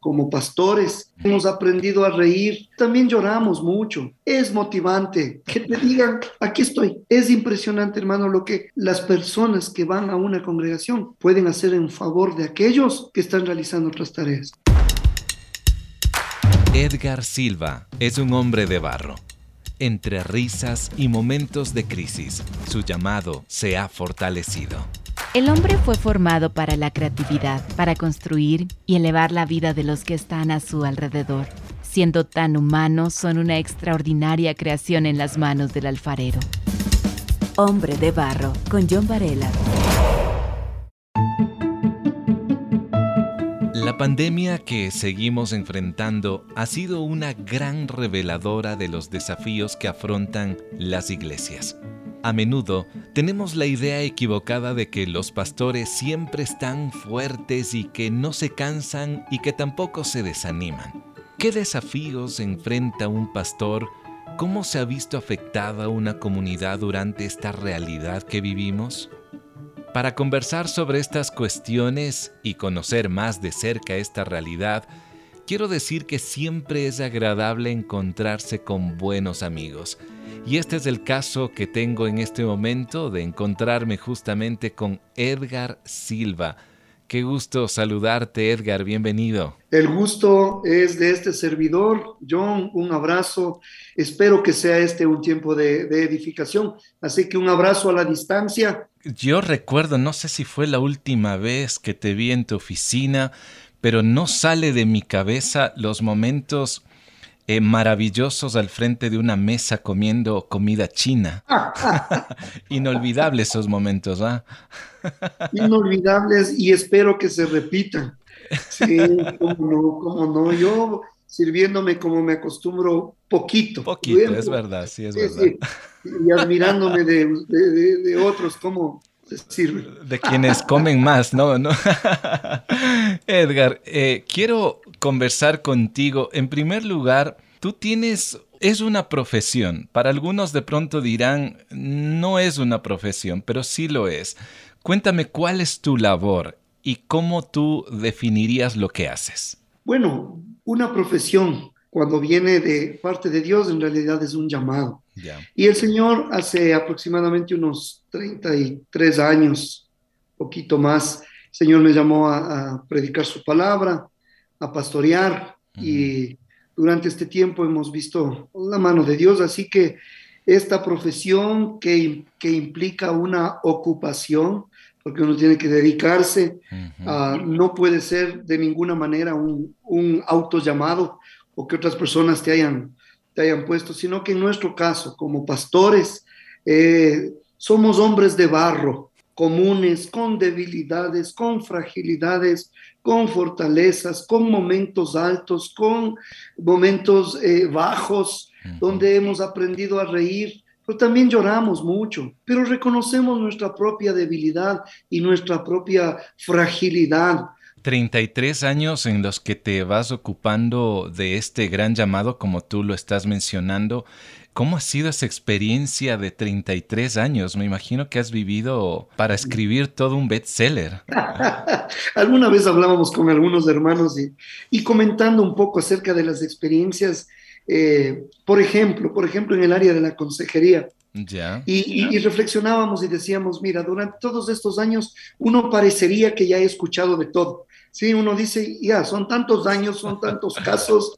como pastores, hemos aprendido a reír, también lloramos mucho. Es motivante que te digan, aquí estoy. Es impresionante, hermano, lo que las personas que van a una congregación pueden hacer en favor de aquellos que están realizando otras tareas. Edgar Silva es un hombre de barro. Entre risas y momentos de crisis, su llamado se ha fortalecido. El hombre fue formado para la creatividad, para construir y elevar la vida de los que están a su alrededor. Siendo tan humanos, son una extraordinaria creación en las manos del alfarero. Hombre de barro, con John Varela. La pandemia que seguimos enfrentando ha sido una gran reveladora de los desafíos que afrontan las iglesias. A menudo tenemos la idea equivocada de que los pastores siempre están fuertes y que no se cansan y que tampoco se desaniman. ¿Qué desafíos enfrenta un pastor? ¿Cómo se ha visto afectada una comunidad durante esta realidad que vivimos? Para conversar sobre estas cuestiones y conocer más de cerca esta realidad, quiero decir que siempre es agradable encontrarse con buenos amigos. Y este es el caso que tengo en este momento de encontrarme justamente con Edgar Silva. Qué gusto saludarte, Edgar, bienvenido. El gusto es de este servidor. John, un abrazo. Espero que sea este un tiempo de edificación. Así que un abrazo a la distancia. Yo recuerdo, no sé si fue la última vez que te vi en tu oficina, pero no sale de mi cabeza los momentos maravillosos al frente de una mesa comiendo comida china. Inolvidables esos momentos, ¿ah? Inolvidables y espero que se repitan. Sí, cómo no. Yo sirviéndome como me acostumbro poquito. Poquito, es verdad, sí es Sí, verdad. sí. Y admirándome de otros, cómo se sirve. De quienes comen más, ¿no? ¿No? Edgar, quiero conversar contigo. En primer lugar, es una profesión. Para algunos de pronto dirán, no es una profesión, pero sí lo es. Cuéntame cuál es tu labor y cómo tú definirías lo que haces. Bueno, una profesión, cuando viene de parte de Dios, en realidad es un llamado. Ya. Y el Señor hace aproximadamente unos 33 años, poquito más, el Señor me llamó a predicar su palabra, a pastorear, y durante este tiempo hemos visto la mano de Dios, así que esta profesión que implica una ocupación, porque uno tiene que dedicarse, no puede ser de ninguna manera un autollamado o que otras personas te hayan puesto, sino que en nuestro caso, como pastores, somos hombres de barro, comunes, con debilidades, con fragilidades, con fortalezas, con momentos altos, con momentos bajos, donde hemos aprendido a reír, pero también lloramos mucho, pero reconocemos nuestra propia debilidad y nuestra propia fragilidad. 33 años en los que te vas ocupando de este gran llamado, como tú lo estás mencionando. ¿Cómo ha sido esa experiencia de 33 años? Me imagino que has vivido para escribir todo un bestseller. Alguna vez hablábamos con algunos hermanos y comentando un poco acerca de las experiencias, por ejemplo, en el área de la consejería. Ya. Y reflexionábamos y decíamos, mira, durante todos estos años uno parecería que ya ha escuchado de todo. Sí, uno dice, ya, son tantos años, son tantos casos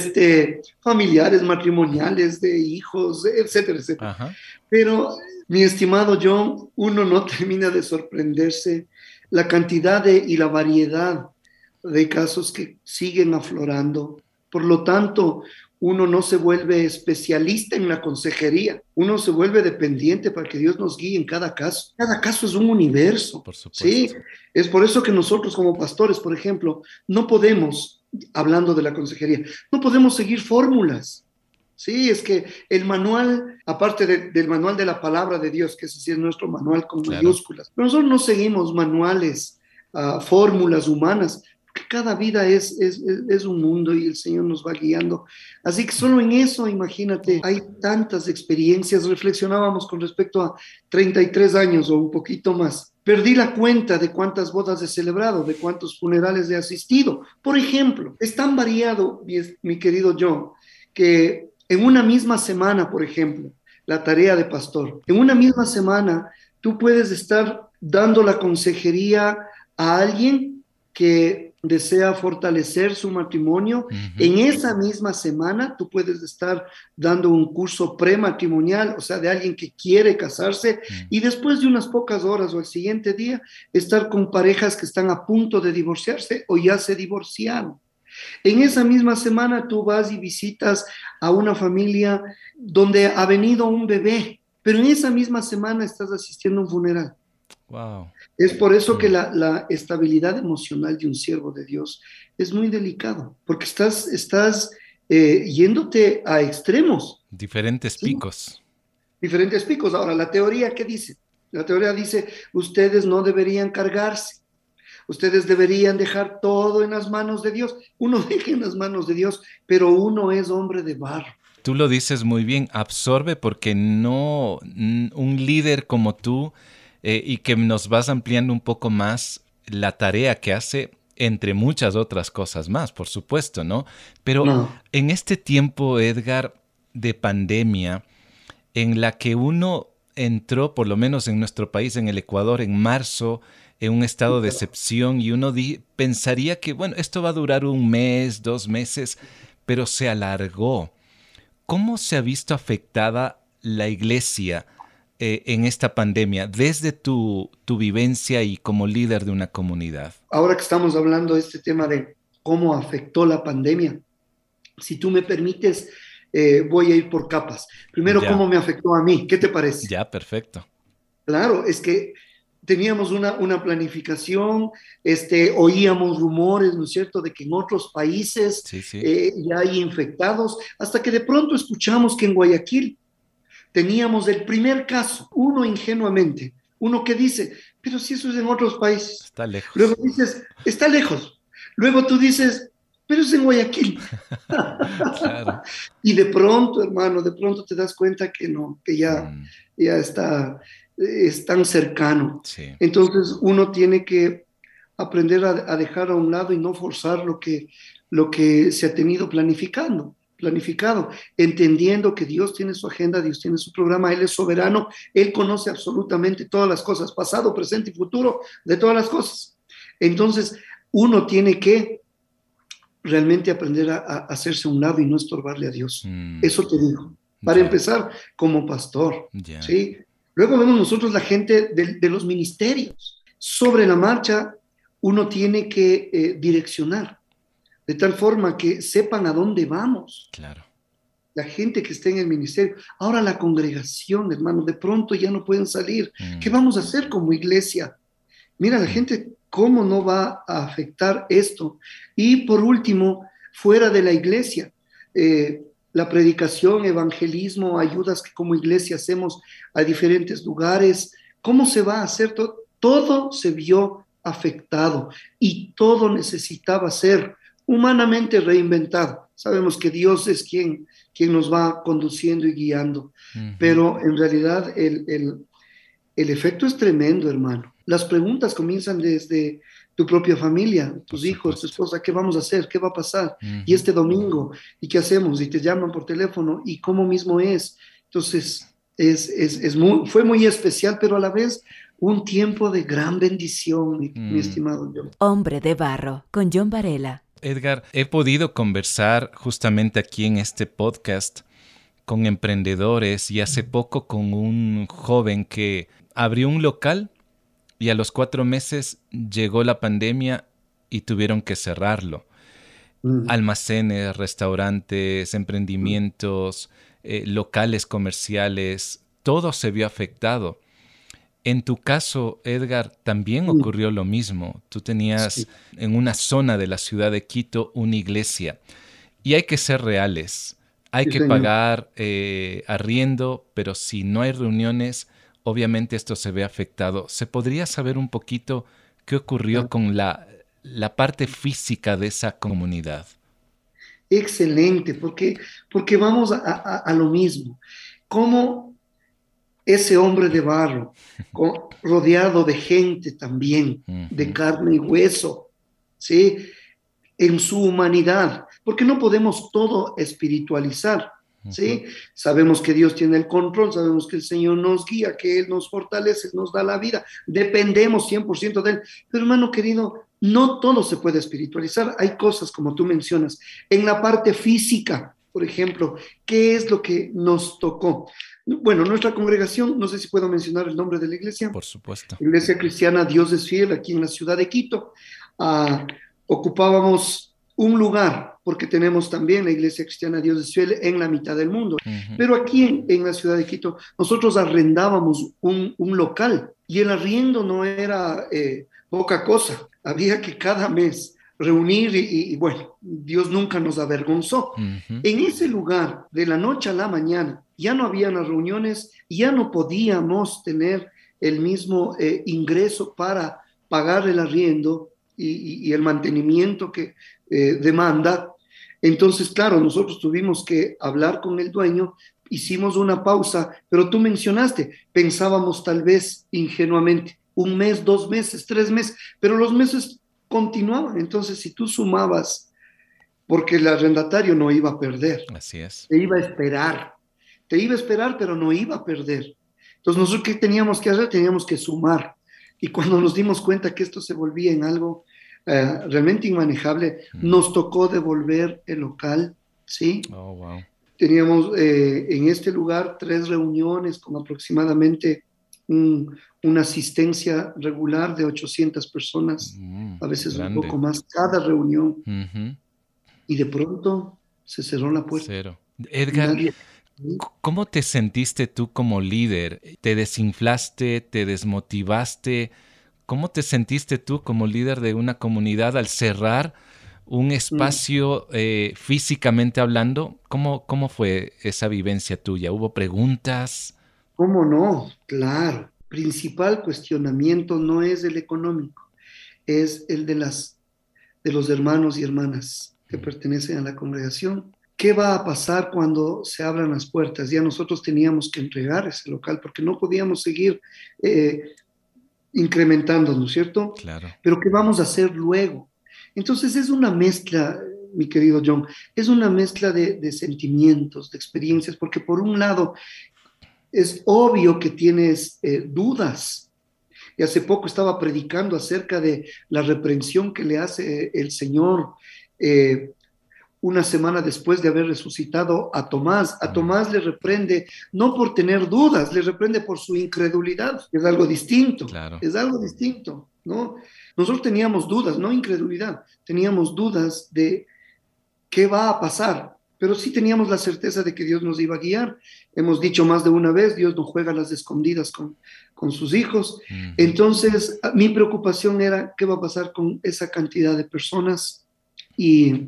familiares, matrimoniales, de hijos, etcétera, etcétera. Ajá. Pero, mi estimado John, uno no termina de sorprenderse la cantidad y la variedad de casos que siguen aflorando. Por lo tanto, uno no se vuelve especialista en la consejería, uno se vuelve dependiente para que Dios nos guíe en cada caso. Cada caso es un universo. Por supuesto. Sí, es por eso que nosotros como pastores, por ejemplo, no podemos, hablando de la consejería, no podemos seguir fórmulas. Sí, es que el manual, aparte del manual de la palabra de Dios, que ese sí es nuestro manual con mayúsculas, pero nosotros no seguimos manuales, fórmulas humanas, porque cada vida es un mundo y el Señor nos va guiando. Así que solo en eso, imagínate, hay tantas experiencias. Reflexionábamos con respecto a 33 años o un poquito más, Perdí la cuenta de cuántas bodas he celebrado, de cuántos funerales he asistido. Por ejemplo, es tan variado, mi querido John, que en una misma semana, por ejemplo, la tarea de pastor, en una misma semana tú puedes estar dando la consejería a alguien que desea fortalecer su matrimonio. Ujú. En esa misma semana tú puedes estar dando un curso prematrimonial, o sea, de alguien que quiere casarse, Mm. y después de unas pocas horas o el siguiente día estar con parejas que están a punto de divorciarse o ya se divorciaron. En esa misma semana tú vas y visitas a una familia donde ha venido un bebé, pero en esa misma semana estás asistiendo a un funeral. Wow. Es por eso que Mm. la estabilidad emocional de un siervo de Dios es muy delicado, porque estás yéndote a extremos, Diferentes ¿sí? picos. Diferentes picos. Ahora, la teoría, ¿qué dice? La teoría dice, ustedes no deberían cargarse, ustedes deberían dejar todo en las manos de Dios. Uno deja en las manos de Dios, pero uno es hombre de barro. Tú lo dices muy bien, absorbe porque un líder como tú y que nos vas ampliando un poco más la tarea que hace entre muchas otras cosas más, por supuesto, ¿no? Pero No, en este tiempo, Edgar, de pandemia, en la que uno entró, por lo menos en nuestro país, en el Ecuador, en marzo, en un estado de excepción y uno pensaría que, bueno, esto va a durar un mes, 2 meses, pero se alargó. ¿Cómo se ha visto afectada la iglesia en esta pandemia desde tu vivencia y como líder de una comunidad? ahora que estamos hablando de este tema de cómo afectó la pandemia, si tú me permites, voy a ir por capas. Primero, Ya, ¿cómo me afectó a mí? ¿Qué te parece? ya, perfecto. Claro, es que teníamos una planificación, oíamos rumores, ¿no es cierto?, de que en otros países Sí, sí. ya hay infectados, hasta que de pronto escuchamos que en Guayaquil teníamos el primer caso, uno ingenuamente, uno que dice, pero si eso es en otros países. Está Luego lejos. dices, está lejos. Luego tú dices, pero es en Guayaquil. Claro. Y de pronto, hermano, de pronto te das cuenta que no, que Mm, ya está, es tan cercano. sí. Entonces uno tiene que aprender a dejar a un lado y no forzar lo que se ha tenido planificado, entendiendo que Dios tiene su agenda, Dios tiene su programa, Él es soberano, Él conoce absolutamente todas las cosas, pasado, presente y futuro de todas las cosas. Entonces, uno tiene que realmente aprender a hacerse a un lado y no estorbarle a Dios. Mm, Eso te digo. Para ya, empezar, como pastor, ya. ¿sí? Luego vemos nosotros la gente de los ministerios. Sobre la marcha, uno tiene que direccionar, de tal forma que sepan a dónde vamos. Claro. La gente que esté en el ministerio. Ahora la congregación, hermano, de pronto ya no pueden salir. ¿Qué Mm, vamos a hacer como iglesia? Mira, la mm, gente, ¿cómo no va a afectar esto? Y por último, fuera de la iglesia, eh, la predicación, evangelismo, ayudas que como iglesia hacemos a diferentes lugares, ¿cómo se va a hacer? Todo se vio afectado y todo necesitaba ser humanamente reinventado. Sabemos que Dios es quien nos va conduciendo y guiando, ujú. pero en realidad el efecto es tremendo, hermano. Las preguntas comienzan desde tu propia familia, Por tus hijos, tu supuesto. esposa, ¿qué vamos a hacer? ¿Qué va a pasar? Y Ujú. este domingo, ¿y qué hacemos? Y te llaman por teléfono, ¿y cómo mismo es? Entonces, fue muy especial, pero a la vez un tiempo de gran bendición, mi Mm. estimado yo. Hombre de Barro, con John Varela. Edgar, he podido conversar justamente aquí en este podcast con emprendedores y hace poco con un joven que abrió un local y a los 4 meses llegó la pandemia y tuvieron que cerrarlo. Mm, Almacenes, restaurantes, emprendimientos, locales comerciales, todo se vio afectado. En tu caso, Edgar, también mm, ocurrió lo mismo. Tú tenías sí, en una zona de la ciudad de Quito una iglesia y hay que ser reales. Hay sí, que señor. pagar arriendo, pero si no hay reuniones, obviamente esto se ve afectado. ¿Se podría saber un poquito qué ocurrió Claro. con la parte física de esa comunidad? Excelente, porque vamos a lo mismo. ¿Cómo ese hombre de barro, rodeado de gente también, de Ujú. carne y hueso, ¿sí? En su humanidad, porque no podemos todo espiritualizar, Ujú. ¿sí? Sabemos que Dios tiene el control, sabemos que el Señor nos guía, que Él nos fortalece, nos da la vida, dependemos 100% de Él, pero hermano querido, no todo se puede espiritualizar, hay cosas como tú mencionas, en la parte física, por ejemplo, ¿qué es lo que nos tocó? Bueno, nuestra congregación, no sé si puedo mencionar el nombre de la iglesia, Por supuesto. Iglesia Cristiana Dios es Fiel, aquí en la ciudad de Quito. Ah, ocupábamos un lugar, porque tenemos también la Iglesia Cristiana Dios es Fiel en la mitad del mundo. Ujú. Pero aquí en la ciudad de Quito, nosotros arrendábamos un local y el arriendo no era poca cosa. Había que cada mes reunir y bueno, Dios nunca nos avergonzó. Ujú. En ese lugar, de la noche a la mañana, ya no habían las reuniones, ya no podíamos tener el mismo ingreso para pagar el arriendo y el mantenimiento que demanda. Entonces, claro, nosotros tuvimos que hablar con el dueño, hicimos una pausa, pero tú mencionaste, pensábamos tal vez ingenuamente, un mes, 2 meses, 3 meses, pero los meses continuaban. Entonces, si tú sumabas, porque el arrendatario no iba a perder, Así es. te iba a esperar, te iba a esperar, pero no iba a perder. Entonces, nosotros, ¿qué teníamos que hacer? Teníamos que sumar. Y cuando nos dimos cuenta que esto se volvía en algo realmente inmanejable, Mm. nos tocó devolver el local, ¿sí? Oh, wow. Teníamos en este lugar 3 reuniones con aproximadamente una asistencia regular de 800 personas, a veces un Grande. poco más cada reunión, Ujú. y de pronto se cerró la puerta. Cero. Edgar, Nadie. ¿Sí? ¿cómo te sentiste tú como líder? ¿Te desinflaste? ¿Te desmotivaste? ¿Cómo te sentiste tú como líder de una comunidad al cerrar un Mm. espacio físicamente hablando? ¿Cómo fue esa vivencia tuya? ¿Hubo preguntas? ¿Cómo no? Claro. Principal cuestionamiento no es el económico, es el de los hermanos y hermanas que Mm. pertenecen a la congregación. ¿Qué va a pasar cuando se abran las puertas? Ya nosotros teníamos que entregar ese local porque no podíamos seguir eh, incrementando, ¿no es cierto? Claro. Pero ¿qué vamos a hacer luego? Entonces es una mezcla, mi querido John, es una mezcla de sentimientos, de experiencias, porque por un lado es obvio que tienes dudas. Y hace poco estaba predicando acerca de la reprensión que le hace el Señor eh, una semana después de haber resucitado a Tomás. A Mm. Tomás le reprende no por tener dudas, le reprende por su incredulidad. Claro. Es algo distinto, ¿no? Nosotros teníamos dudas, no incredulidad, teníamos dudas de qué va a pasar, pero sí teníamos la certeza de que Dios nos iba a guiar. Hemos dicho más de una vez, Dios no juega a las escondidas con sus hijos. Ujú. Entonces, mi preocupación era qué va a pasar con esa cantidad de personas. Y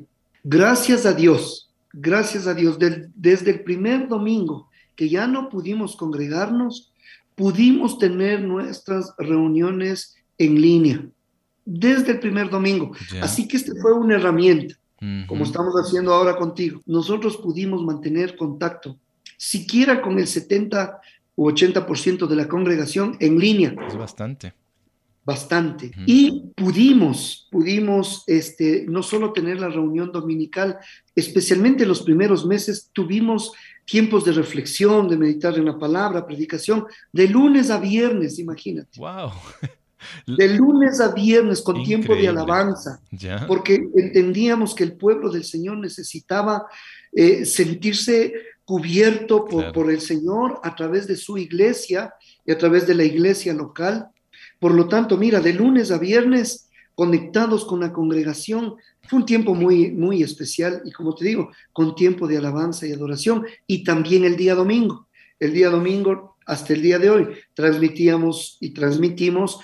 gracias a Dios, desde el primer domingo que ya no pudimos congregarnos, pudimos tener nuestras reuniones en línea, desde el primer domingo. Ya. Así que este fue una herramienta como Ujú. estamos haciendo ahora contigo. Nosotros pudimos mantener contacto, siquiera con el 70 u 80% de la congregación en línea, Es bastante. bastante. Ujú. Y pudimos no solo tener la reunión dominical, especialmente los primeros meses, tuvimos tiempos de reflexión, de meditar en la palabra, predicación, de lunes a viernes, imagínate. Wow. De lunes a viernes con tiempo de Increíble. alabanza, Ya. porque entendíamos que el pueblo del Señor necesitaba sentirse cubierto Claro. por el Señor a través de su iglesia y a través de la iglesia local. Por lo tanto, mira, de lunes a viernes conectados con la congregación, fue un tiempo muy, muy especial y como te digo, con tiempo de alabanza y adoración y también el día domingo. El día domingo, hasta el día de hoy, transmitíamos y transmitimos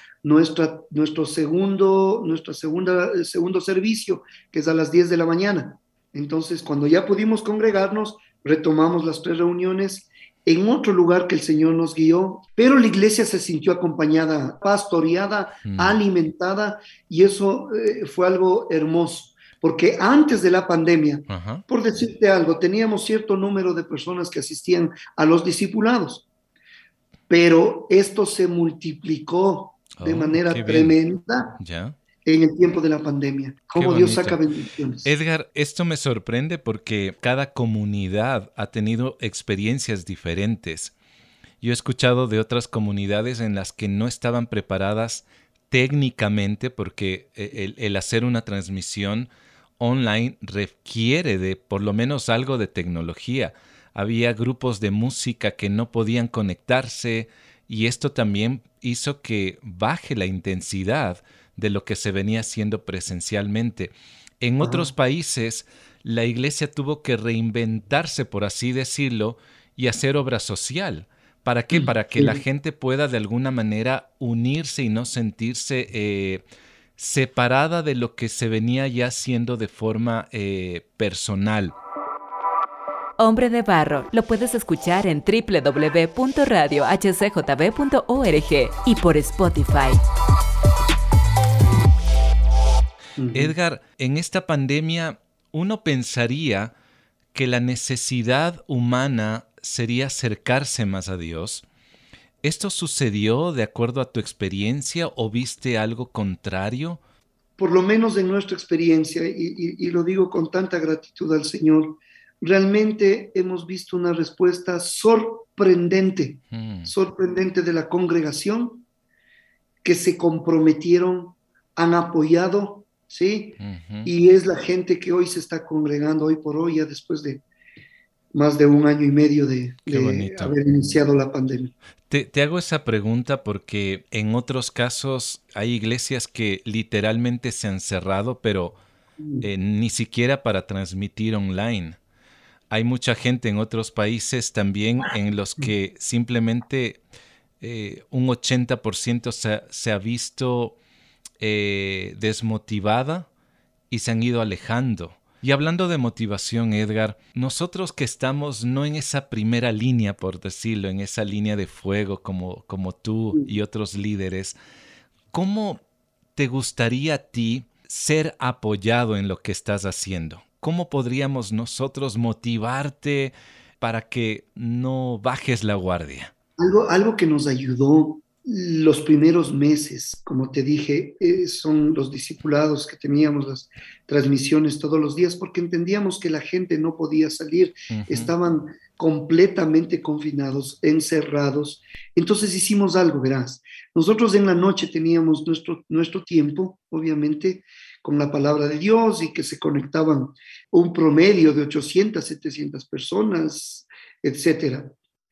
segundo servicio, que es a las 10 de la mañana. Entonces, cuando ya pudimos congregarnos, retomamos las 3 reuniones en otro lugar que el Señor nos guió, pero la iglesia se sintió acompañada, pastoreada, Mm. alimentada, y eso fue algo hermoso, porque antes de la pandemia, Ajá. por decirte algo, teníamos cierto número de personas que asistían a los discipulados. pero esto se multiplicó de manera qué bien. tremenda Ya. en el tiempo de la pandemia. Qué Cómo Dios saca bonito. bendiciones. Edgar, esto me sorprende porque cada comunidad ha tenido experiencias diferentes. Yo he escuchado de otras comunidades en las que no estaban preparadas técnicamente porque el hacer una transmisión online requiere de por lo menos algo de tecnología. Había grupos de música que no podían conectarse y esto también hizo que baje la intensidad de lo que se venía haciendo presencialmente. En otros Ajá. países, la iglesia tuvo que reinventarse, por así decirlo, y hacer obra social. ¿Para qué? Para que la Sí. gente pueda de alguna manera unirse y no sentirse separada de lo que se venía ya haciendo de forma personal. Hombre de Barro lo puedes escuchar en www.radiohcjb.org y por Spotify. Ujú. Edgar, en esta pandemia uno pensaría que la necesidad humana sería acercarse más a Dios. ¿Esto sucedió de acuerdo a tu experiencia o viste algo contrario? Por lo menos en nuestra experiencia, y lo digo con tanta gratitud al Señor, realmente hemos visto una respuesta sorprendente, Mm, sorprendente de la congregación que se comprometieron, han apoyado, ¿sí? ujú. Y es la gente que hoy se está congregando, hoy por hoy, ya después de más de un año y medio Qué de bonito. haber iniciado la pandemia. Te hago esa pregunta porque en otros casos hay iglesias que literalmente se han cerrado, pero ni siquiera para transmitir online. Hay mucha gente en otros países también en los que simplemente un 80% se ha visto desmotivada y se han ido alejando. Y hablando de motivación, Edgar, nosotros que estamos no en esa primera línea, por decirlo, en esa línea de fuego como tú y otros líderes, ¿cómo te gustaría a ti ser apoyado en lo que estás haciendo? ¿Cómo podríamos nosotros motivarte para que no bajes la guardia? Algo que nos ayudó los primeros meses, como te dije, son los discipulados que teníamos las transmisiones todos los días, porque entendíamos que la gente no podía salir, Ujú, estaban completamente confinados, encerrados. Entonces hicimos algo, verás. Nosotros en la noche teníamos nuestro tiempo, obviamente, con la palabra de Dios y que se conectaban un promedio de 800, 700 personas, etcétera.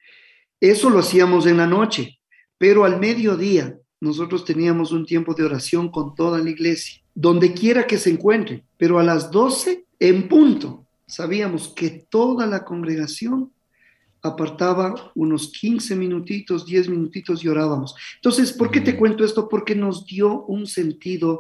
Eso lo hacíamos en la noche, pero al mediodía nosotros teníamos un tiempo de oración con toda la iglesia, donde quiera que se encuentre, pero a las 12 en punto sabíamos que toda la congregación apartaba unos 15 minutitos, 10 minutitos y orábamos. Entonces, ¿por qué te mm, cuento esto? Porque nos dio un sentido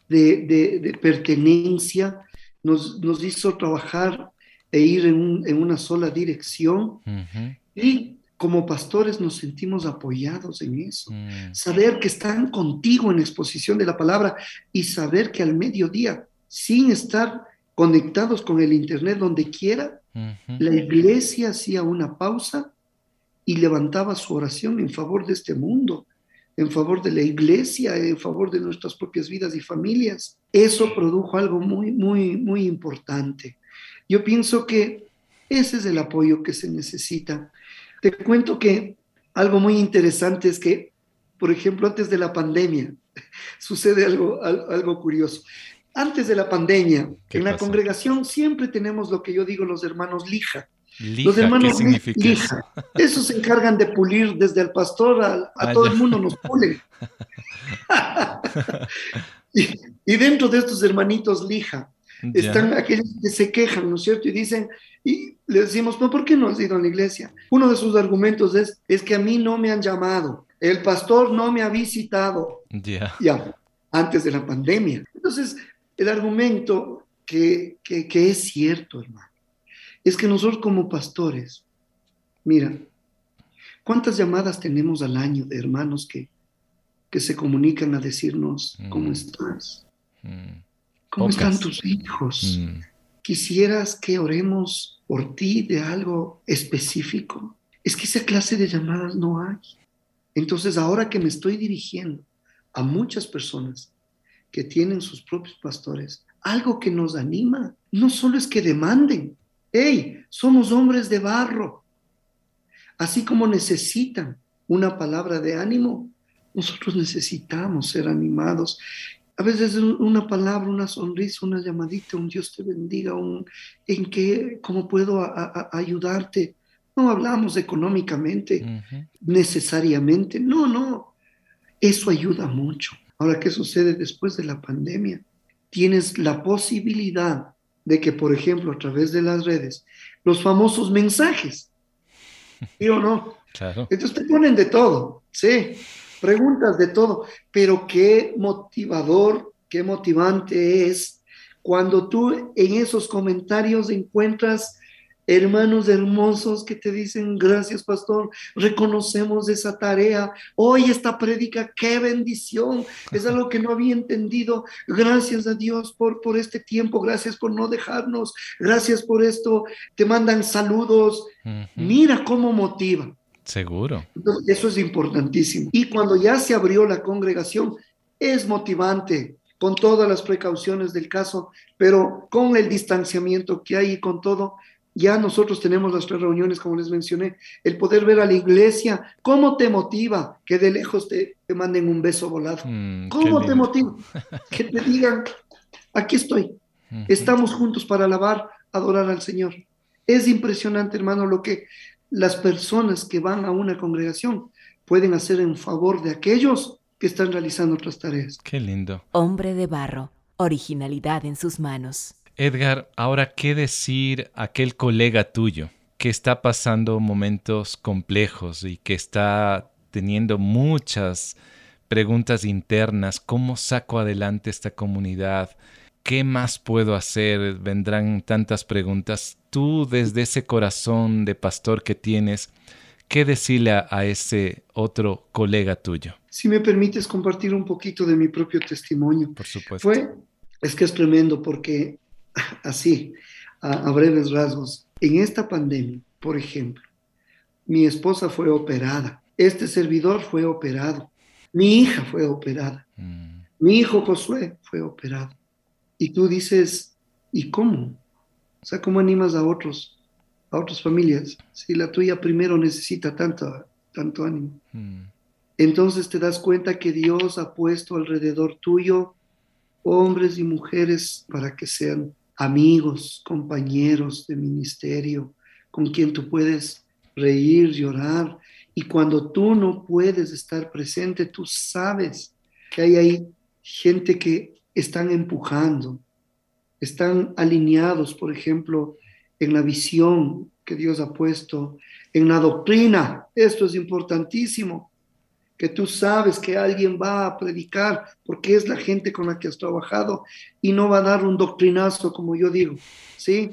de pertenencia, nos hizo trabajar e ir en una sola dirección ujú, y como pastores nos sentimos apoyados en eso. mm, Saber que están contigo en la exposición de la palabra y saber que al mediodía, sin estar conectados con el Internet donde quiera, ujú, la iglesia hacía una pausa y levantaba su oración en favor de este mundo, en favor de la iglesia, en favor de nuestras propias vidas y familias. Eso produjo algo muy, muy, muy importante. Yo pienso que ese es el apoyo que se necesita. Te cuento que algo muy interesante es que, por ejemplo, antes de la pandemia, sucede algo curioso. Antes de la pandemia, ¿qué en la pasó? congregación siempre tenemos lo que yo digo los hermanos lija. Los Lija, ¿qué hermanos significa eso? lija, esos se encargan de pulir desde el pastor a Ah, todo ya. el mundo, nos pulen. Y, y dentro de estos hermanitos lija Ya. están aquellos que se quejan, ¿no es cierto? Y dicen, y le decimos, ¿no, ¿por qué no has ido a la iglesia? Uno de sus argumentos es que a mí no me han llamado, el pastor no me ha visitado, Ya. ya, antes de la pandemia. Entonces, el argumento que es cierto, hermano, es que nosotros como pastores, mira, ¿cuántas llamadas tenemos al año de hermanos que se comunican a decirnos, ¿cómo Mm, estás? mm. ¿Cómo están Pocas. tus hijos? Mm, ¿Quisieras que oremos por ti de algo específico? Es que esa clase de llamadas no hay. Entonces, ahora que me estoy dirigiendo a muchas personas que tienen sus propios pastores, algo que nos anima, no solo es que demanden, hey, somos hombres de barro, así como necesitan una palabra de ánimo, nosotros necesitamos ser animados. A veces una palabra, una sonrisa, una llamadita, un Dios te bendiga, en qué, cómo puedo ayudarte. No hablamos económicamente, Ujú. necesariamente, no, eso ayuda mucho. Ahora, ¿qué sucede después de la pandemia? Tienes la posibilidad de que, por ejemplo, a través de las redes, los famosos mensajes, ¿sí o no? Claro. Entonces te ponen de todo, sí, preguntas de todo, pero qué motivador, qué motivante es cuando tú en esos comentarios encuentras hermanos hermosos que te dicen, gracias pastor, reconocemos esa tarea, hoy esta prédica, qué bendición, es algo que no había entendido, gracias a Dios por este tiempo, gracias por no dejarnos, gracias por esto, te mandan saludos, Ujú. mira cómo motiva. Seguro. Entonces, eso es importantísimo. Y cuando ya se abrió la congregación, es motivante, con todas las precauciones del caso, pero con el distanciamiento que hay y con todo, ya nosotros tenemos nuestras reuniones, como les mencioné, el poder ver a la iglesia, ¿cómo te motiva que de lejos te manden un beso volado? Qué ¿Cómo te lindo. motiva? Que te digan, aquí estoy, Ujú. estamos juntos para alabar, adorar al Señor. Es impresionante, hermano, lo que las personas que van a una congregación pueden hacer en favor de aquellos que están realizando otras tareas. Qué lindo. Hombre de barro, originalidad en sus manos. Edgar, ahora, ¿qué decir a aquel colega tuyo que está pasando momentos complejos y que está teniendo muchas preguntas internas? ¿Cómo saco adelante esta comunidad? ¿Qué más puedo hacer? Vendrán tantas preguntas. Tú, desde ese corazón de pastor que tienes, ¿qué decirle a ese otro colega tuyo? Si me permites compartir un poquito de mi propio testimonio, Por supuesto. fue, es que es tremendo porque así, a breves rasgos, en esta pandemia, por ejemplo, mi esposa fue operada, este servidor fue operado, mi hija fue operada, Mm, mi hijo Josué fue operado. Y tú dices, ¿y cómo? O sea, ¿cómo animas a otras familias? Si la tuya primero necesita tanto ánimo. mm, Entonces te das cuenta que Dios ha puesto alrededor tuyo hombres y mujeres para que sean amigos, compañeros de ministerio, con quien tú puedes reír, llorar. Y cuando tú no puedes estar presente, tú sabes que hay ahí gente que están empujando, están alineados, por ejemplo, en la visión que Dios ha puesto, en la doctrina. Esto es importantísimo, que tú sabes que alguien va a predicar porque es la gente con la que has trabajado y no va a dar un doctrinazo, como yo digo, ¿sí?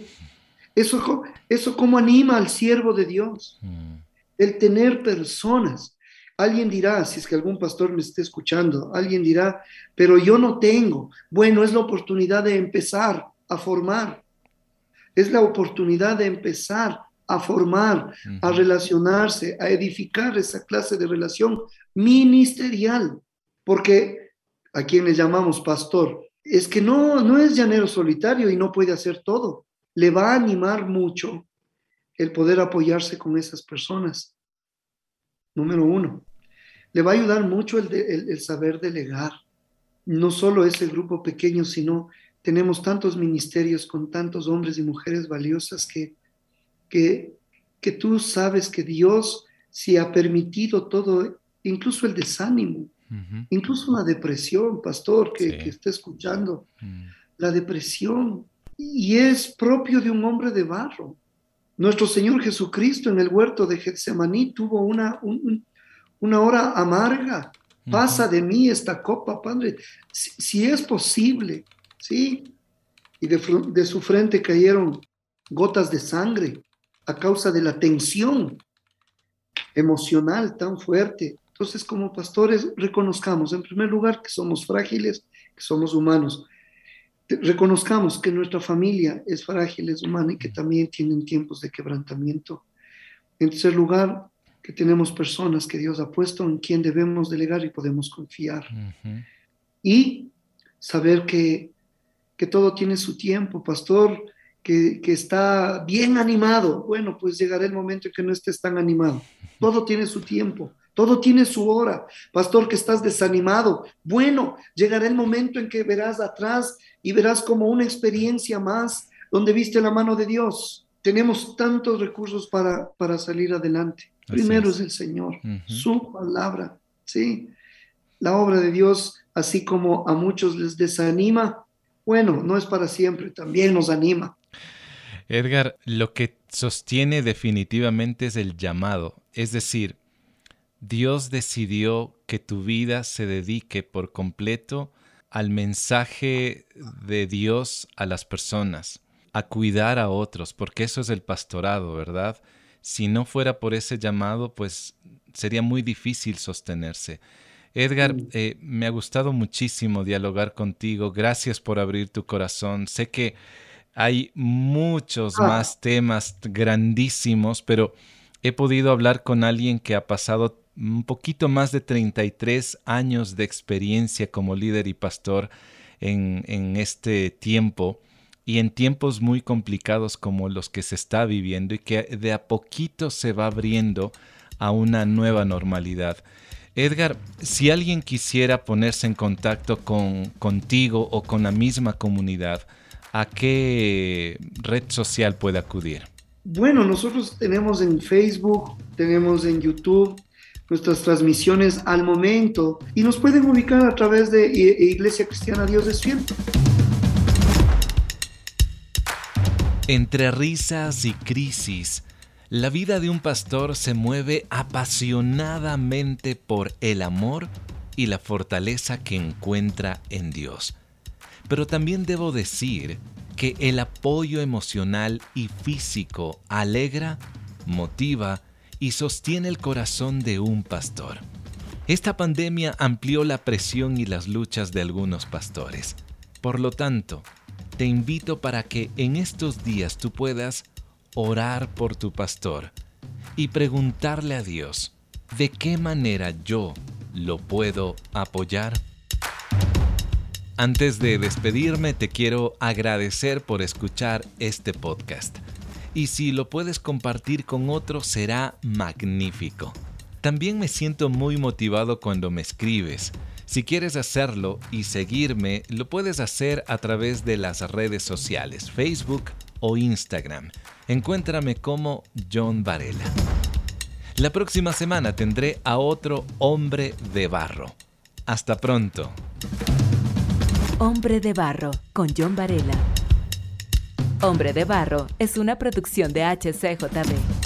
Eso como anima al siervo de Dios, mm. el tener personas. Alguien dirá, si es que algún pastor me esté escuchando, alguien dirá, pero yo no tengo. Bueno, es la oportunidad de empezar a formar, es la oportunidad de empezar a formar, a Ujú. relacionarse, a edificar esa clase de relación ministerial, porque a quien le llamamos pastor, es que no es llanero solitario y no puede hacer todo. Le va a animar mucho el poder apoyarse con esas personas, número uno. Le va a ayudar mucho el saber delegar, no solo ese grupo pequeño, sino tenemos tantos ministerios con tantos hombres y mujeres valiosas que, que tú sabes que Dios, si ha permitido todo, incluso el desánimo, Ujú. incluso la depresión, pastor, que Sí. está escuchando, Mm, la depresión, y es propio de un hombre de barro. Nuestro Señor Jesucristo en el huerto de Getsemaní tuvo una hora amarga. ujú. Pasa de mí esta copa, Padre, si es posible, ¿sí? Y de su frente cayeron gotas de sangre a causa de la tensión emocional tan fuerte. Entonces, como pastores, reconozcamos, en primer lugar, que somos frágiles, que somos humanos. Reconozcamos que nuestra familia es frágil, es humana y que también tienen tiempos de quebrantamiento. En tercer lugar, que tenemos personas que Dios ha puesto en quien debemos delegar y podemos confiar. Ujú. Y saber que todo tiene su tiempo, pastor, que está bien animado. Bueno, pues llegará el momento en que no estés tan animado. Todo tiene su tiempo, todo tiene su hora. Pastor, que estás desanimado. Bueno, llegará el momento en que verás atrás y verás como una experiencia más donde viste la mano de Dios. Tenemos tantos recursos para salir adelante. Así Primero es es. el Señor, Ujú. su palabra, ¿sí? La obra de Dios, así como a muchos les desanima, bueno, no es para siempre, también nos anima. Edgar, lo que sostiene definitivamente es el llamado. Es decir, Dios decidió que tu vida se dedique por completo al mensaje de Dios a las personas, a cuidar a otros, porque eso es el pastorado, ¿verdad? Si no fuera por ese llamado, pues sería muy difícil sostenerse. Edgar, Mm. me ha gustado muchísimo dialogar contigo. Gracias por abrir tu corazón. Sé que hay muchos Ah, más temas grandísimos, pero he podido hablar con alguien que ha pasado un poquito más de 33 años de experiencia como líder y pastor en este tiempo y en tiempos muy complicados como los que se está viviendo y que de a poquito se va abriendo a una nueva normalidad. Edgar, si alguien quisiera ponerse en contacto contigo o con la misma comunidad, ¿a qué red social puede acudir? bueno, nosotros tenemos en Facebook, tenemos en YouTube nuestras transmisiones al momento y nos pueden ubicar a través de Iglesia Cristiana Dios es Fiel. Entre risas y crisis, la vida de un pastor se mueve apasionadamente por el amor y la fortaleza que encuentra en Dios. Pero también debo decir que el apoyo emocional y físico alegra, motiva y sostiene el corazón de un pastor. Esta pandemia amplió la presión y las luchas de algunos pastores. Por lo tanto, te invito para que en estos días tú puedas orar por tu pastor y preguntarle a Dios, ¿de qué manera yo lo puedo apoyar? Antes de despedirme, te quiero agradecer por escuchar este podcast. Y si lo puedes compartir con otros, será magnífico. También me siento muy motivado cuando me escribes. Si quieres hacerlo y seguirme, lo puedes hacer a través de las redes sociales, Facebook o Instagram. Encuéntrame como John Varela. La próxima semana tendré a otro hombre de barro. Hasta pronto. Hombre de Barro, con John Varela. Hombre de Barro es una producción de HCJB.